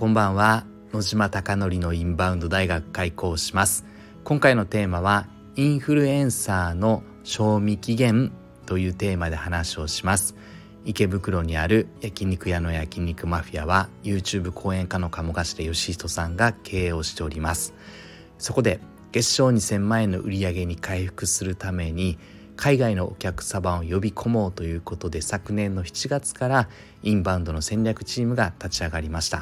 こんばんは。野島貴則のインバウンド大学開講します。今回のテーマはインフルエンサーの賞味期限というテーマで話をします。池袋にある焼肉屋の焼肉マフィアは YouTube 講演家の鴨頭義人さんが経営をしております。そこで月商2000万円の売り上げに回復するために海外のお客様を呼び込もうということで、昨年の7月からインバウンドの戦略チームが立ち上がりました。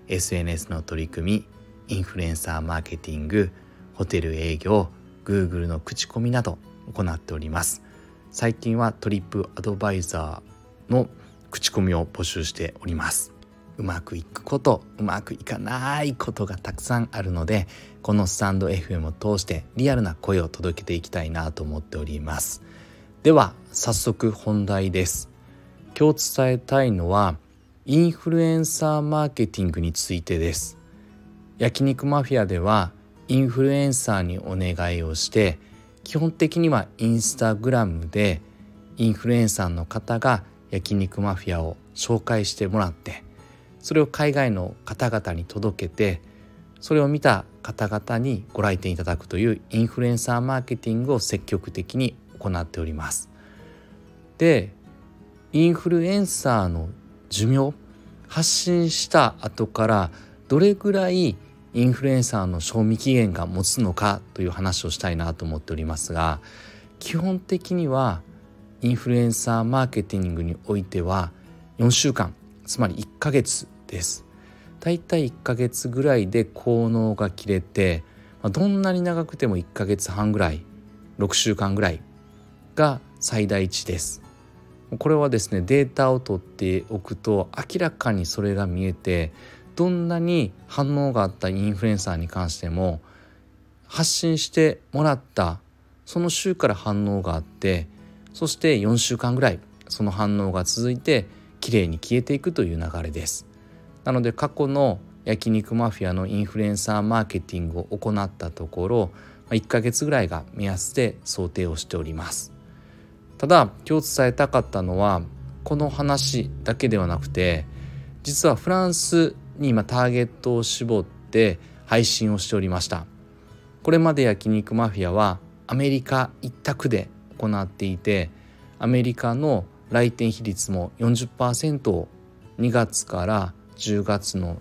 SNS の取り組み、インフルエンサーマーケティング、ホテル営業、 Google の口コミなど行っております。最近はトリップアドバイザーの口コミを募集しております。うまくいくこと、うまくいかないことがたくさんあるので、このスタンド FM を通してリアルな声を届けていきたいなと思っております。では早速本題です。今日伝えたいのはインフルエンサーマーケティングについてです。焼肉マフィアではインフルエンサーにお願いをして、基本的にはインスタグラムでインフルエンサーの方が焼肉マフィアを紹介してもらって、それを海外の方々に届けて、それを見た方々にご来店いただくというインフルエンサーマーケティングを積極的に行っております。で、インフルエンサーの寿命、発信した後からどれぐらいインフルエンサーの賞味期限が持つのかという話をしたいなと思っておりますが、基本的にはインフルエンサーマーケティングにおいては4週間、つまり1ヶ月です。だいたい1ヶ月ぐらいで効能が切れて、どんなに長くても1ヶ月半ぐらい、6週間ぐらいが最大値です。これはですね、データを取っておくと明らかにそれが見えて、どんなに反応があったインフルエンサーに関しても、発信してもらったその週から反応があって、そして4週間ぐらいその反応が続いてきれいに消えていくという流れです。なので過去の焼肉マフィアのインフルエンサーマーケティングを行ったところ、1ヶ月ぐらいが目安で想定をしております。ただ今日伝えたかったのはこの話だけではなくて、実はフランスに今ターゲットを絞って配信をしておりました。これまで焼肉マフィアはアメリカ一択で行っていて、アメリカの来店比率も 40% を2月から10月の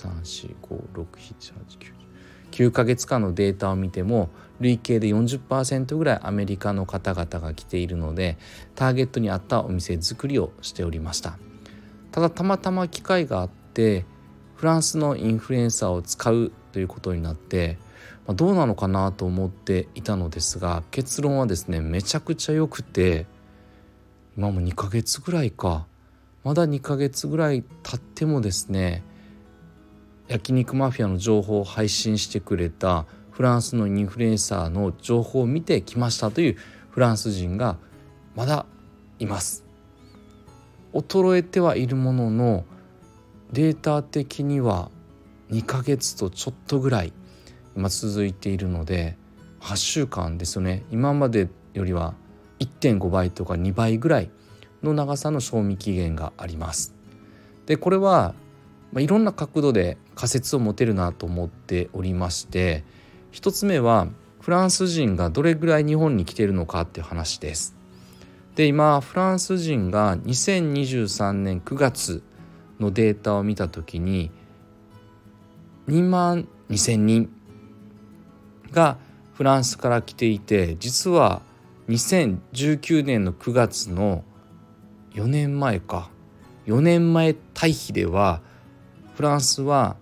9ヶ月間のデータを見ても累計で 40% ぐらいアメリカの方々が来ているので、ターゲットに合ったお店作りをしておりました。ただたまたま機会があってフランスのインフルエンサーを使うということになって、どうなのかなと思っていたのですが、結論はですね、めちゃくちゃ良くて、今も2ヶ月ぐらいか、まだ2ヶ月ぐらい経ってもですね、焼肉マフィアの情報を配信してくれたフランスのインフルエンサーの情報を見てきましたというフランス人がまだいます。衰えてはいるものの、データ的には2ヶ月とちょっとぐらい今続いているので、8週間ですよね。今までよりは 1.5 倍とか2倍ぐらいの長さの賞味期限があります。で、これはいろんな角度で仮説を持てるなと思っておりまして、一つ目はフランス人がどれぐらい日本に来ているのかっていう話です。で、今フランス人が2023年9月のデータを見たときに2万2000人がフランスから来ていて、実は2019年の9月の4年前対比ではフランスは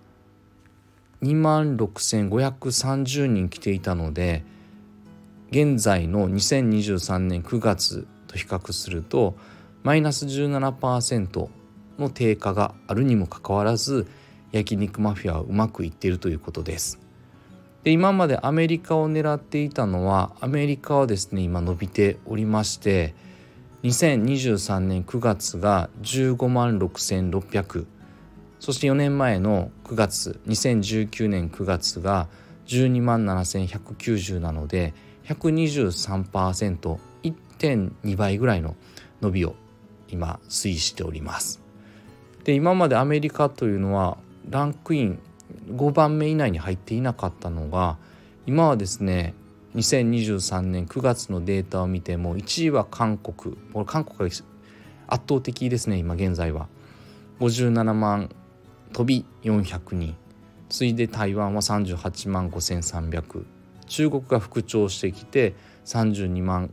26,530人来ていたので、現在の2023年9月と比較するとマイナス 17% の低下があるにもかかわらず、焼肉マフィアはうまくいっているということです。で、今までアメリカを狙っていたのは、アメリカはですね今伸びておりまして、2023年9月が15万6600、そして4年前の9月2019年9月が12万7190なので 123%、 1.2 倍ぐらいの伸びを今推移しております。で、今までアメリカというのはランクイン5番目以内に入っていなかったのが、今はですね2023年9月のデータを見ても1位は韓国、これ韓国が圧倒的ですね。今現在は57万飛び400人、次いで台湾は38万5300、中国が復調してきて32万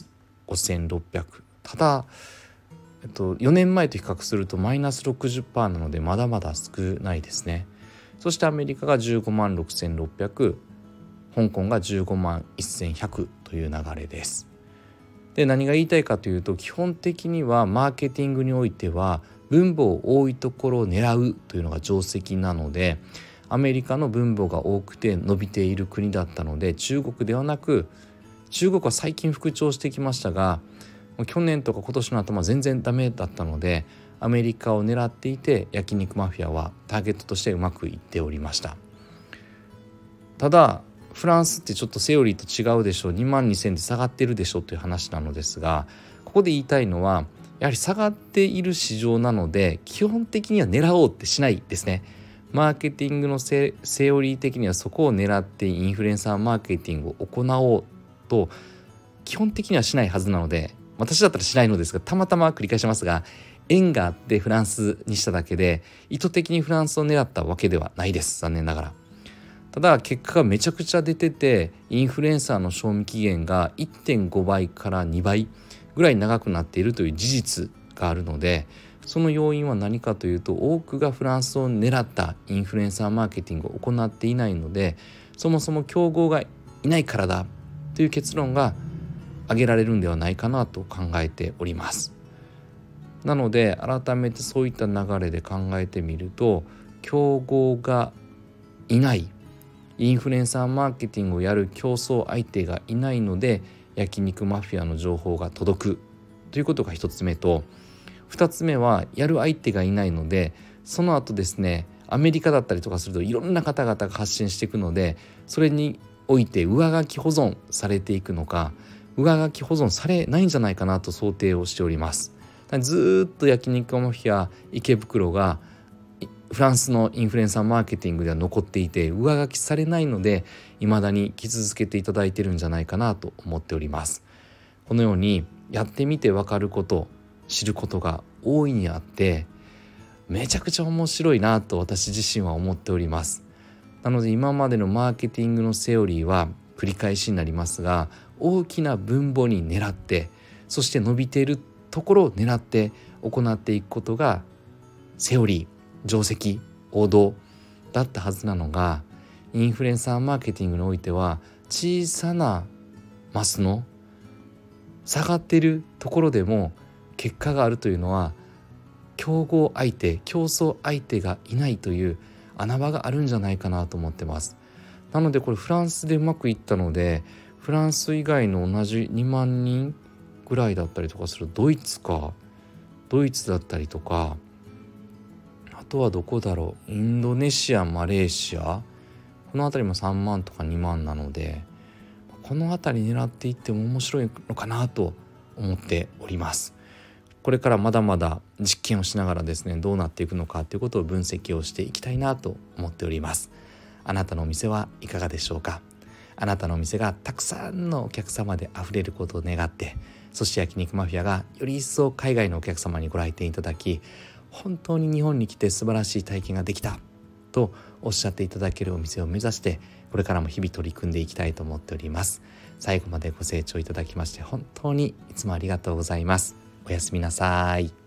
5600。ただ、4年前と比較するとマイナス 60% なのでまだまだ少ないですね。そしてアメリカが15万6600、香港が15万1100という流れです。で、何が言いたいかというと、基本的にはマーケティングにおいては分母多いところを狙うというのが定石なので、アメリカの分母が多くて伸びている国だったので、中国ではなく、中国は最近復調してきましたが、去年とか今年の頭は全然ダメだったので、アメリカを狙っていて焼肉マフィアはターゲットとしてうまくいっておりました。ただフランスってちょっとセオリーと違うでしょう、2万2000で下がってるでしょという話なのですが、ここで言いたいのは、やはり下がっている市場なので基本的には狙おうってしないですね。マーケティングのセオリー的にはそこを狙ってインフルエンサーマーケティングを行おうと基本的にはしないはずなので、私だったらしないのですが、たまたま繰り返しますが、縁があってフランスにしただけで意図的にフランスを狙ったわけではないです、残念ながら。ただ結果がめちゃくちゃ出てて、インフルエンサーの賞味期限が 1.5 倍から2倍ぐらい長くなっているという事実があるので、その要因は何かというと、多くがフランスを狙ったインフルエンサーマーケティングを行っていないので、そもそも競合がいないからだという結論が挙げられるんではないかなと考えております。なので改めてそういった流れで考えてみると、競合がいない、インフルエンサーマーケティングをやる競争相手がいないので焼肉マフィアの情報が届くということが一つ目と、二つ目はやる相手がいないので、その後ですね、アメリカだったりとかするといろんな方々が発信していくので、それにおいて上書き保存されていくのか、上書き保存されないんじゃないかなと想定をしております。ずっと焼肉マフィア池袋がフランスのインフルエンサーマーケティングでは残っていて、上書きされないので未だに来続けていただいているんじゃないかなと思っております。このようにやってみて分かること、知ることが大いにあって、めちゃくちゃ面白いなと私自身は思っております。なので今までのマーケティングのセオリーは繰り返しになりますが、大きな分母に狙って、そして伸びているところを狙って行っていくことがセオリー、定石、王道だったはずなのが、インフルエンサーマーケティングにおいては小さなマスの下がっているところでも結果があるというのは、競合相手、競争相手がいないという穴場があるんじゃないかなと思ってます。なのでこれフランスでうまくいったので、フランス以外の同じ2万人ぐらいだったりとかするドイツだったりとか、あとはどこだろう、インドネシア、マレーシア、この辺りも3万とか2万なので、この辺り狙っていっても面白いのかなと思っております。これからまだまだ実験をしながらですね、どうなっていくのかということを分析をしていきたいなと思っております。あなたのお店はいかがでしょうか。あなたのお店がたくさんのお客様であふれることを願って、そして焼肉マフィアがより一層海外のお客様にご来店いただき、本当に日本に来て素晴らしい体験ができたとおっしゃっていただけるお店を目指して、これからも日々取り組んでいきたいと思っております。最後までご清聴いただきまして本当にいつもありがとうございます。おやすみなさい。